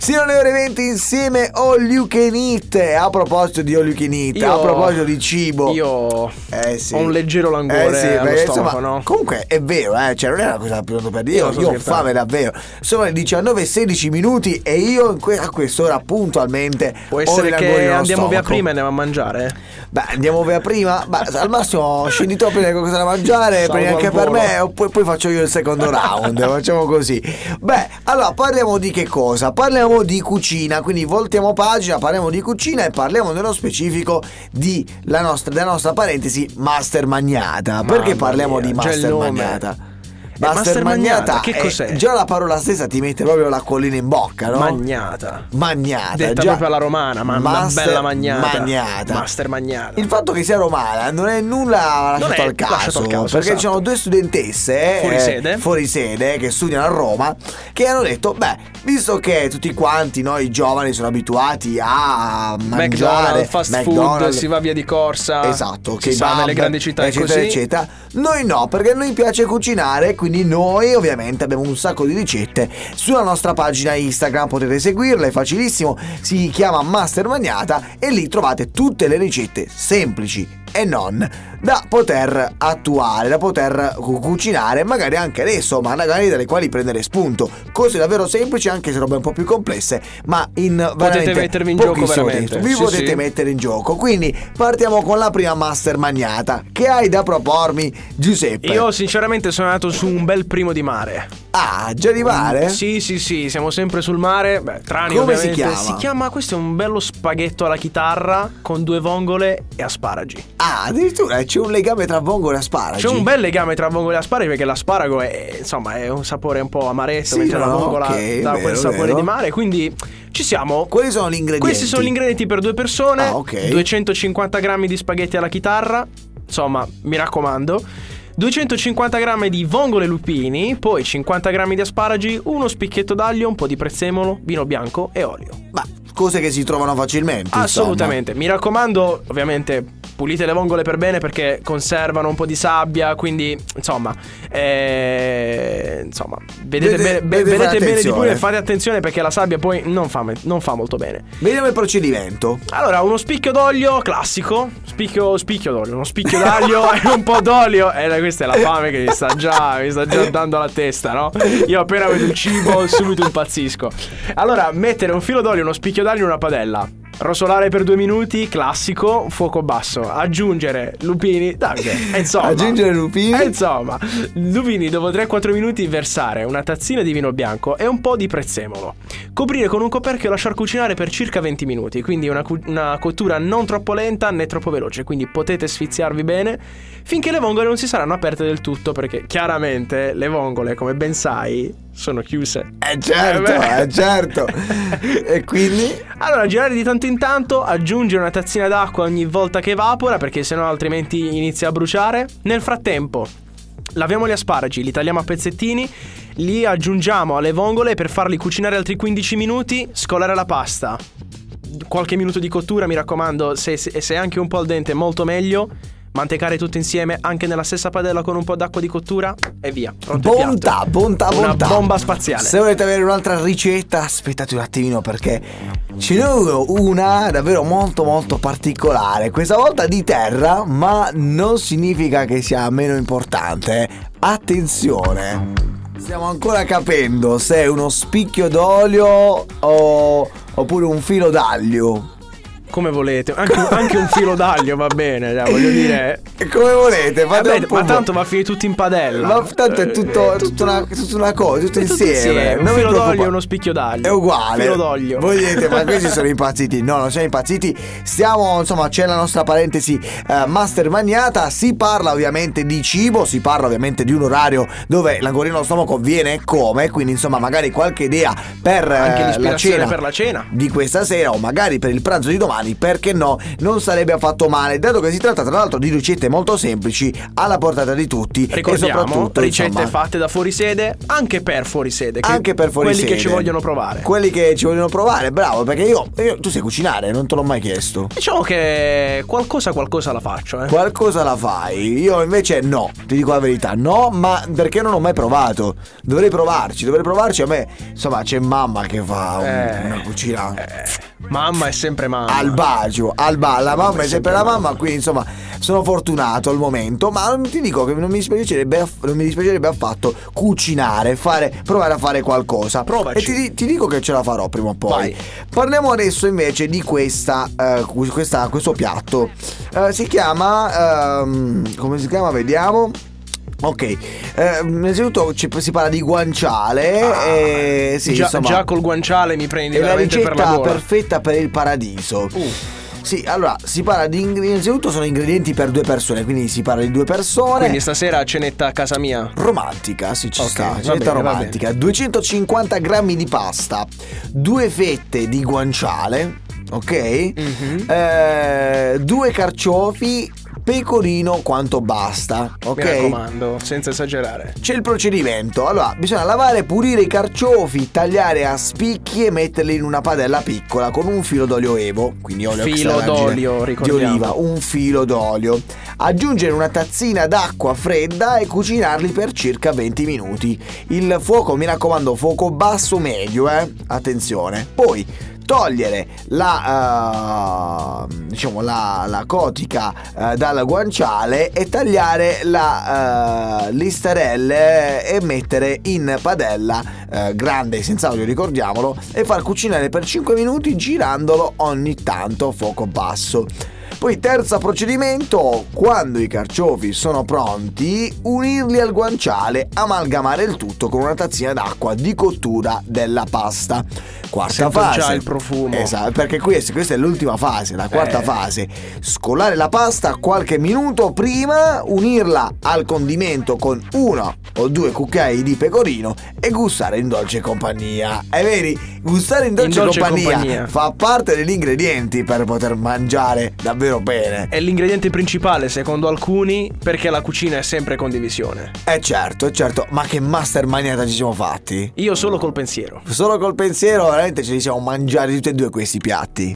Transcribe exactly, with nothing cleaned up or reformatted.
Sino alle ore venti insieme All You Can Eat. A proposito di All You Can Eat, Io- a proposito di cibo, Io eh sì. ho un leggero languore Eh sì, allo perché, stomaco, insomma, no? Comunque è vero, eh, cioè non è una cosa pronto per dire. Io, Io sto io ho scherzando. fame davvero. Sono le diciannove e sedici minuti e io in que- a quest'ora puntualmente Può ho essere il che languore nello andiamo via stomaco. prima e andiamo a mangiare? Beh, andiamo via prima. Beh, al massimo scendi tu a prendere qualcosa da mangiare, Salvo prendi anche al per volo. me, o poi, poi faccio io il secondo round. Facciamo così. Beh, allora parliamo di che cosa? Parliamo di cucina, quindi voltiamo pagina, parliamo di cucina e parliamo nello specifico di la nostra, della nostra parentesi Master Magnata. Perché Mamma parliamo mia, di già il Master nome. Magnata? Master Magnata, che è- cos'è? già la parola stessa ti mette proprio l'acquolina in bocca, no? Magnata. Magnata. Detta già. proprio alla romana, ma una Master bella magnata. Magnata. Master Magnata. Il fatto che sia romana non è nulla Non lasciato è al caso, lasciato al caso, perché esatto. ci sono due studentesse Fuori eh, sede. fuori sede che studiano a Roma, che hanno detto: beh, visto che tutti quanti noi giovani sono abituati a mangiare McDonald's, fast food, McDonald's, si va via di corsa. esatto, si che sa nelle grandi città è eccetera così. eccetera, noi no, perché a noi piace cucinare, quindi noi ovviamente abbiamo un sacco di ricette sulla nostra pagina Instagram, potete seguirla, è facilissimo, si chiama Master Magnata e lì trovate tutte le ricette semplici e non da poter attuare, da poter cu- cucinare magari anche adesso, ma magari dalle quali prendere spunto, cose davvero semplici anche se robe un po' più complesse, ma in veramente mettervi in pochi gioco soldi. veramente. Vi Sì, potete sì. mettere in gioco, quindi partiamo con la prima Master Magnata. Che hai da propormi, Giuseppe? Io sinceramente sono andato su un bel primo di mare. Ah, già di mare? Sì, sì, sì, siamo sempre sul mare. Beh, Trani Come si ovviamente. chiama? Si chiama, questo è un bello spaghetto alla chitarra con due vongole e asparagi. Ah, addirittura c'è un legame tra vongole e asparagi. C'è un bel legame tra vongole e asparagi perché l'asparago è, insomma, è un sapore un po' amaretto, Sì, mentre no, la vongola ok, dà vero, quel sapore vero. di mare, quindi ci siamo. Quali sono gli ingredienti? Questi sono gli ingredienti per due persone. Ah, ok. duecentocinquanta grammi di spaghetti alla chitarra. Insomma, mi raccomando. duecentocinquanta grammi di vongole lupini, poi cinquanta grammi di asparagi, uno spicchietto d'aglio, un po' di prezzemolo, vino bianco e olio. Ma cose che si trovano facilmente. Assolutamente. Mi raccomando, ovviamente pulite le vongole per bene perché conservano un po' di sabbia, quindi insomma, eh, insomma, vedete, Vede- bene, be- vede, vedete fate bene di attenzione. più e fate attenzione perché la sabbia poi non fa, me- non fa molto bene. Insomma. Vediamo il procedimento. Allora, uno spicchio d'olio classico, spicchio, spicchio d'olio, uno spicchio d'aglio e un po' d'olio. E questa è la fame che mi sta già, mi sta già dando alla testa, no? Io appena vedo il cibo subito impazzisco. Allora, mettere un filo d'olio, uno spicchio d'aglio in una padella. Rosolare per due minuti, classico, fuoco basso. Aggiungere lupini, Davide, e insomma. Aggiungere lupini. E insomma, lupini dopo tre quattro minuti versare una tazzina di vino bianco e un po' di prezzemolo. Coprire con un coperchio e lasciar cucinare per circa venti minuti, quindi una, cu- una cottura non troppo lenta né troppo veloce, quindi potete sfiziarvi bene finché le vongole non si saranno aperte del tutto, perché chiaramente le vongole, come ben sai, sono chiuse. Eh certo, Eh beh. eh certo. E quindi? Allora, girare di tanto in tanto, aggiungere una tazzina d'acqua ogni volta che evapora, perché sennò altrimenti inizia a bruciare. Nel frattempo laviamo gli asparagi, li tagliamo a pezzettini, li aggiungiamo alle vongole per farli cucinare altri quindici minuti, scolare la pasta. Qualche minuto di cottura, mi raccomando, se, se, se è anche un po' al dente molto meglio. Mantecare tutto insieme anche nella stessa padella con un po' d'acqua di cottura e via. Pronto il Bontà, piatto. bontà, Una bontà. bomba spaziale. Se volete avere un'altra ricetta, aspettate un attimino perché ce n'è una davvero molto molto particolare. Questa volta di terra, ma non significa che sia meno importante. Attenzione, stiamo ancora capendo se è uno spicchio d'olio o oppure un filo d'aglio. Come volete, anche, anche un filo d'aglio va bene, cioè, voglio dire. Come volete, fate Vabbè, un po'. ma tanto va a finire tutto in padella. Ma tanto è tutto, Eh, tutta, una, tutta una cosa, tutto è tutto insieme. Un Non vi filo preoccupate. d'olio e uno spicchio d'aglio. È uguale. Filo d'olio. Voi dite, ma questi sono impazziti. No, non siamo impazziti. Stiamo, insomma, c'è la nostra parentesi eh, Master Magnata. Si parla ovviamente di cibo, si parla ovviamente di un orario dove l'angorino allo stomaco viene e come. Quindi, insomma, magari qualche idea per eh, Anche la l'ispirazione cena per la cena. di questa sera o magari per il pranzo di domani. mani, perché no? Non sarebbe affatto male, dato che si tratta tra l'altro di ricette molto semplici, alla portata di tutti. Ricordiamo, e soprattutto ricette insomma, fatte da fuorisede, anche per fuorisede, che- anche per fuori quelli sede. che ci vogliono provare. Quelli che ci vogliono provare, bravo, perché io, io tu sai cucinare, non te l'ho mai chiesto. Diciamo che qualcosa qualcosa la faccio, eh. Qualcosa la fai, io invece no, ti dico la verità, no, ma perché non ho mai provato. Dovrei provarci, dovrei provarci. A me, insomma, c'è mamma che fa un- Eh, una cucina eh, mamma è sempre mamma. al bagio, al bar, la mamma è sempre la mamma, quindi insomma sono fortunato al momento, ma non ti dico che non mi dispiacerebbe, aff- non mi dispiacerebbe affatto cucinare, fare, provare a fare qualcosa. Provaci. E ti, ti dico che ce la farò prima o poi. Vai. Parliamo adesso invece di questa, eh, questa questo piatto. Eh, si chiama, ehm, come si chiama? Vediamo. Ok, eh, innanzitutto ci- si parla di guanciale. Ah, e, sì, già, insomma, già col guanciale mi prendi è la veramente per la ricetta gola. perfetta per il paradiso. Uh. Sì, allora si parla di ing- innanzitutto sono ingredienti per due persone, quindi si parla di due persone. Quindi stasera cenetta a casa mia. Romantica, sì, ci Ok, sta, va cenetta bene, va romantica. duecentocinquanta grammi di pasta, due fette di guanciale, ok? Mhm. Eh, due carciofi, pecorino quanto basta, ok? Mi raccomando, senza esagerare. C'è il procedimento. Allora, bisogna lavare, pulire i carciofi, tagliare a spicchi e metterli in una padella piccola con un filo d'olio evo, quindi olio Filo extravergine d'olio, di ricordiamo. oliva, un filo d'olio. Aggiungere una tazzina d'acqua fredda e cucinarli per circa venti minuti. Il fuoco, mi raccomando, fuoco basso medio, eh? Attenzione. Poi togliere la uh, diciamo la, la cotica uh, dal guanciale e tagliare la uh, listarelle e mettere in padella uh, grande senza olio, ricordiamolo, e far cucinare per cinque minuti girandolo ogni tanto a fuoco basso. Poi terzo procedimento, quando i carciofi sono pronti, unirli al guanciale, amalgamare il tutto con una tazzina d'acqua di cottura della pasta. Quarta Sento fase. già il profumo. Esatto, perché questa, questa è l'ultima fase, la quarta Eh. fase. Scolare la pasta qualche minuto prima, unirla al condimento con uno o due cucchiai di pecorino e gustare in dolce compagnia. E vedi, gustare in dolce, In dolce compagnia, compagnia. fa parte degli ingredienti per poter mangiare davvero bene. È l'ingrediente principale secondo alcuni, perché la cucina è sempre condivisione. Eh certo, eh certo, ma che master maniata ci siamo fatti? Io solo col pensiero. Solo col pensiero veramente ce li siamo mangiati tutti e due questi piatti.